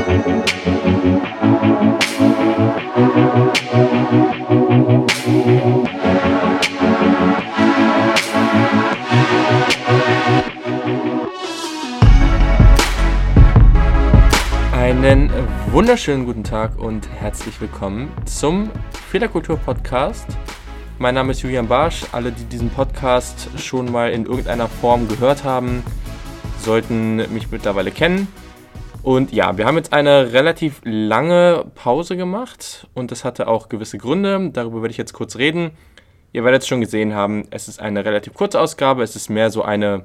Einen wunderschönen guten Tag und herzlich willkommen zum Fehlerkultur-Podcast. Mein Name ist Julian Barsch. Alle, die diesen Podcast schon mal in irgendeiner Form gehört haben, sollten mich mittlerweile kennen. Und ja, wir haben jetzt eine relativ lange Pause gemacht und das hatte auch gewisse Gründe. Darüber werde ich jetzt kurz reden. Ihr werdet es schon gesehen haben, es ist eine relativ kurze Ausgabe. Es ist mehr so eine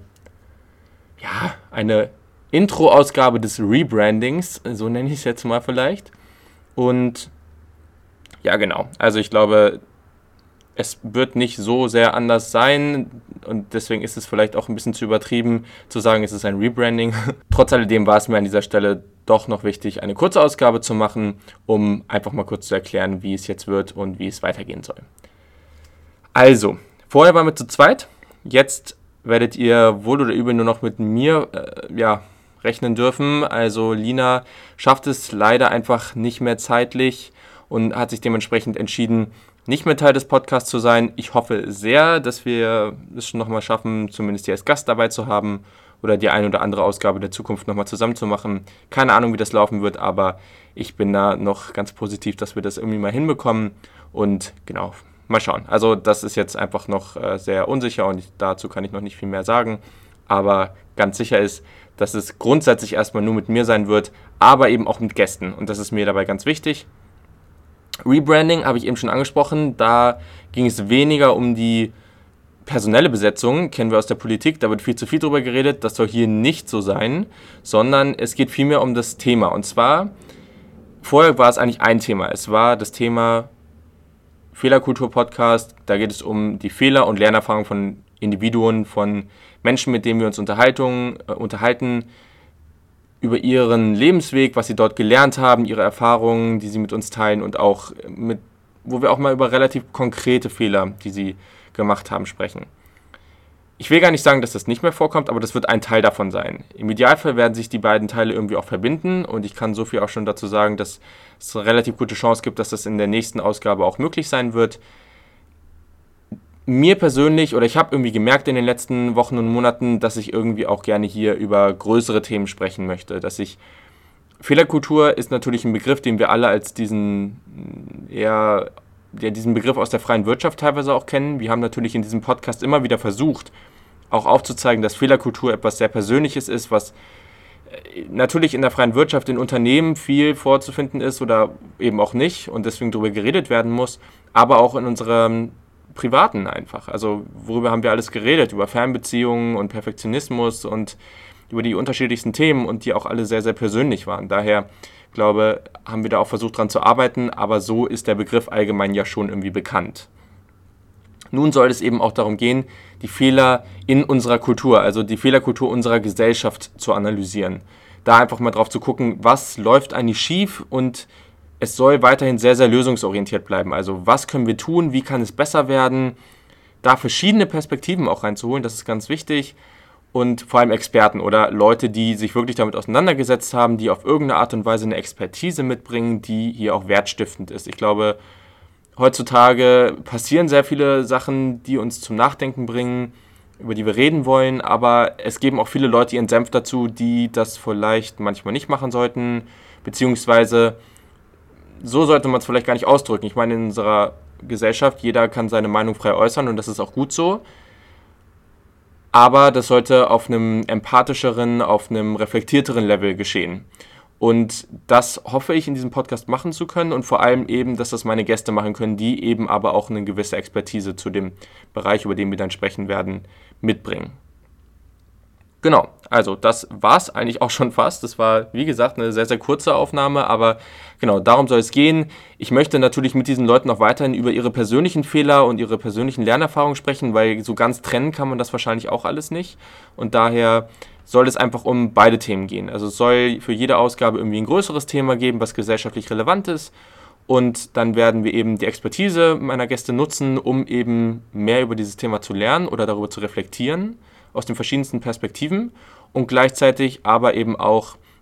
Intro-Ausgabe des Rebrandings, so nenne ich es jetzt mal vielleicht. Und ja, genau. Also ich glaube, es wird nicht so sehr anders sein und deswegen ist es vielleicht auch ein bisschen zu übertrieben zu sagen, es ist ein Rebranding. Trotz alledem war es mir an dieser Stelle doch noch wichtig, eine kurze Ausgabe zu machen, um einfach mal kurz zu erklären, wie es jetzt wird und wie es weitergehen soll. Also, vorher waren wir zu zweit, jetzt werdet ihr wohl oder übel nur noch mit mir rechnen dürfen. Also Lina schafft es leider einfach nicht mehr zeitlich und hat sich dementsprechend entschieden, nicht mehr Teil des Podcasts zu sein. Ich hoffe sehr, dass wir es schon nochmal schaffen, zumindest hier als Gast dabei zu haben oder die eine oder andere Ausgabe der Zukunft nochmal zusammen zu machen. Keine Ahnung, wie das laufen wird, aber ich bin da noch ganz positiv, dass wir das irgendwie mal hinbekommen und genau, mal schauen. Also das ist jetzt einfach noch sehr unsicher und dazu kann ich noch nicht viel mehr sagen, aber ganz sicher ist, dass es grundsätzlich erstmal nur mit mir sein wird, aber eben auch mit Gästen und das ist mir dabei ganz wichtig. Rebranding habe ich eben schon angesprochen, da ging es weniger um die personelle Besetzung, kennen wir aus der Politik, da wird viel zu viel drüber geredet, das soll hier nicht so sein, sondern es geht vielmehr um das Thema und zwar, vorher war es eigentlich ein Thema, es war das Thema Fehlerkultur-Podcast, da geht es um die Fehler und Lernerfahrung von Individuen, von Menschen, mit denen wir uns unterhalten, über ihren Lebensweg, was sie dort gelernt haben, ihre Erfahrungen, die sie mit uns teilen und auch wo wir auch mal über relativ konkrete Fehler, die sie gemacht haben, sprechen. Ich will gar nicht sagen, dass das nicht mehr vorkommt, aber das wird ein Teil davon sein. Im Idealfall werden sich die beiden Teile irgendwie auch verbinden und ich kann so viel auch schon dazu sagen, dass es eine relativ gute Chance gibt, dass das in der nächsten Ausgabe auch möglich sein wird. Mir persönlich, oder ich habe irgendwie gemerkt in den letzten Wochen und Monaten, dass ich irgendwie auch gerne hier über größere Themen sprechen möchte. Fehlerkultur ist natürlich ein Begriff, den wir alle als diesen Begriff aus der freien Wirtschaft teilweise auch kennen. Wir haben natürlich in diesem Podcast immer wieder versucht, auch aufzuzeigen, dass Fehlerkultur etwas sehr Persönliches ist, was natürlich in der freien Wirtschaft in Unternehmen viel vorzufinden ist oder eben auch nicht und deswegen darüber geredet werden muss, aber auch in unserem Privaten einfach. Also worüber haben wir alles geredet? Über Fernbeziehungen und Perfektionismus und über die unterschiedlichsten Themen und die auch alle sehr, sehr persönlich waren. Daher, glaube ich, haben wir da auch versucht dran zu arbeiten, aber so ist der Begriff allgemein ja schon irgendwie bekannt. Nun soll es eben auch darum gehen, die Fehler in unserer Kultur, also die Fehlerkultur unserer Gesellschaft zu analysieren. Da einfach mal drauf zu gucken, was läuft eigentlich schief und es soll weiterhin sehr, sehr lösungsorientiert bleiben. Also was können wir tun, wie kann es besser werden, da verschiedene Perspektiven auch reinzuholen, das ist ganz wichtig. Und vor allem Experten oder Leute, die sich wirklich damit auseinandergesetzt haben, die auf irgendeine Art und Weise eine Expertise mitbringen, die hier auch wertstiftend ist. Ich glaube, heutzutage passieren sehr viele Sachen, die uns zum Nachdenken bringen, über die wir reden wollen, aber es geben auch viele Leute ihren Senf dazu, die das vielleicht manchmal nicht machen sollten, beziehungsweise so sollte man es vielleicht gar nicht ausdrücken. Ich meine, in unserer Gesellschaft, jeder kann seine Meinung frei äußern und das ist auch gut so. Aber das sollte auf einem empathischeren, auf einem reflektierteren Level geschehen. Und das hoffe ich in diesem Podcast machen zu können und vor allem eben, dass das meine Gäste machen können, die eben aber auch eine gewisse Expertise zu dem Bereich, über den wir dann sprechen werden, mitbringen. Genau, also das war es eigentlich auch schon fast. Das war, wie gesagt, eine sehr, sehr kurze Aufnahme, aber genau, darum soll es gehen. Ich möchte natürlich mit diesen Leuten auch weiterhin über ihre persönlichen Fehler und ihre persönlichen Lernerfahrungen sprechen, weil so ganz trennen kann man das wahrscheinlich auch alles nicht. Und daher soll es einfach um beide Themen gehen. Also es soll für jede Ausgabe irgendwie ein größeres Thema geben, was gesellschaftlich relevant ist. Und dann werden wir eben die Expertise meiner Gäste nutzen, um eben mehr über dieses Thema zu lernen oder darüber zu reflektieren, aus den verschiedensten Perspektiven und gleichzeitig aber eben auch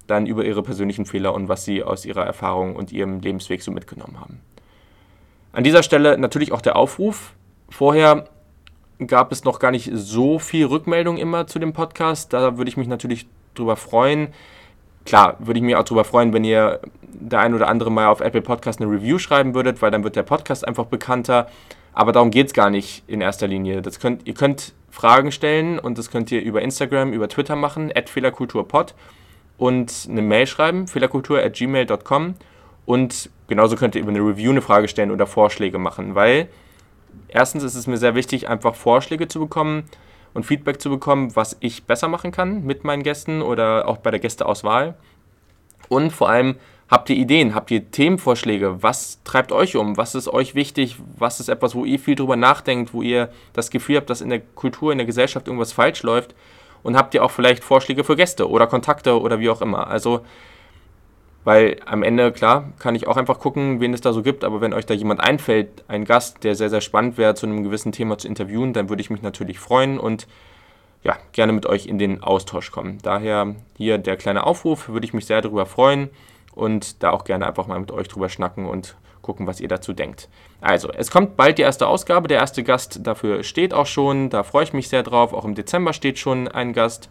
dann über ihre persönlichen Fehler und was sie aus ihrer Erfahrung und ihrem Lebensweg so mitgenommen haben. An dieser Stelle natürlich auch der Aufruf. Vorher gab es noch gar nicht so viel Rückmeldung immer zu dem Podcast. Da würde ich mich natürlich drüber freuen. Klar, würde ich mich auch drüber freuen, wenn ihr der ein oder andere mal auf Apple Podcast eine Review schreiben würdet, weil dann wird der Podcast einfach bekannter. Aber darum geht es gar nicht in erster Linie. Ihr könnt Fragen stellen und das könnt ihr über Instagram, über Twitter machen, @fehlerkulturpod, und eine Mail schreiben, fehlerkultur@gmail.com, und genauso könnt ihr über eine Review eine Frage stellen oder Vorschläge machen, weil erstens ist es mir sehr wichtig, einfach Vorschläge zu bekommen und Feedback zu bekommen, was ich besser machen kann mit meinen Gästen oder auch bei der Gästeauswahl. Und vor allem, habt ihr Ideen, habt ihr Themenvorschläge, was treibt euch um, was ist euch wichtig, was ist etwas, wo ihr viel drüber nachdenkt, wo ihr das Gefühl habt, dass in der Kultur, in der Gesellschaft irgendwas falsch läuft, und habt ihr auch vielleicht Vorschläge für Gäste oder Kontakte oder wie auch immer. Also, weil am Ende, klar, kann ich auch einfach gucken, wen es da so gibt, aber wenn euch da jemand einfällt, ein Gast, der sehr, sehr spannend wäre, zu einem gewissen Thema zu interviewen, dann würde ich mich natürlich freuen und ja, gerne mit euch in den Austausch kommen. Daher hier der kleine Aufruf, würde ich mich sehr darüber freuen und da auch gerne einfach mal mit euch drüber schnacken und gucken, was ihr dazu denkt. Also, es kommt bald die erste Ausgabe, der erste Gast dafür steht auch schon, da freue ich mich sehr drauf, auch im Dezember steht schon ein Gast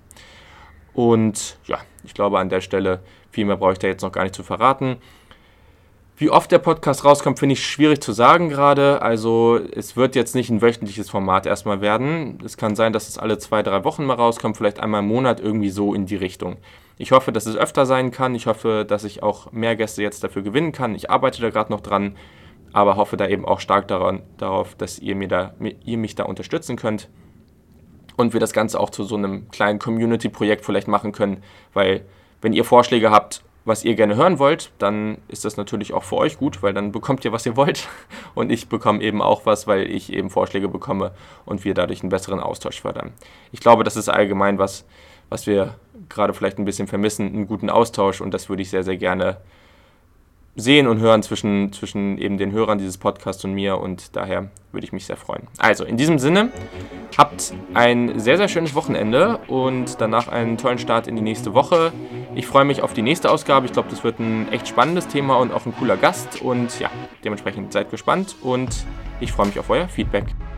und ja, ich glaube an der Stelle, viel mehr brauche ich da jetzt noch gar nicht zu verraten. Wie oft der Podcast rauskommt, finde ich schwierig zu sagen gerade. Also es wird jetzt nicht ein wöchentliches Format erstmal werden. Es kann sein, dass es alle 2-3 Wochen mal rauskommt, vielleicht einmal im Monat, irgendwie so in die Richtung. Ich hoffe, dass es öfter sein kann. Ich hoffe, dass ich auch mehr Gäste jetzt dafür gewinnen kann. Ich arbeite da gerade noch dran, aber hoffe da eben auch stark darauf, dass ihr mich da unterstützen könnt und wir das Ganze auch zu so einem kleinen Community-Projekt vielleicht machen können, weil wenn ihr Vorschläge habt, was ihr gerne hören wollt, dann ist das natürlich auch für euch gut, weil dann bekommt ihr, was ihr wollt, und ich bekomme eben auch was, weil ich eben Vorschläge bekomme und wir dadurch einen besseren Austausch fördern. Ich glaube, das ist allgemein was wir gerade vielleicht ein bisschen vermissen, einen guten Austausch, und das würde ich sehr, sehr gerne sehen und hören zwischen eben den Hörern dieses Podcasts und mir, und daher würde ich mich sehr freuen. Also, in diesem Sinne, habt ein sehr, sehr schönes Wochenende und danach einen tollen Start in die nächste Woche. Ich freue mich auf die nächste Ausgabe. Ich glaube, das wird ein echt spannendes Thema und auch ein cooler Gast, und ja, dementsprechend seid gespannt und ich freue mich auf euer Feedback.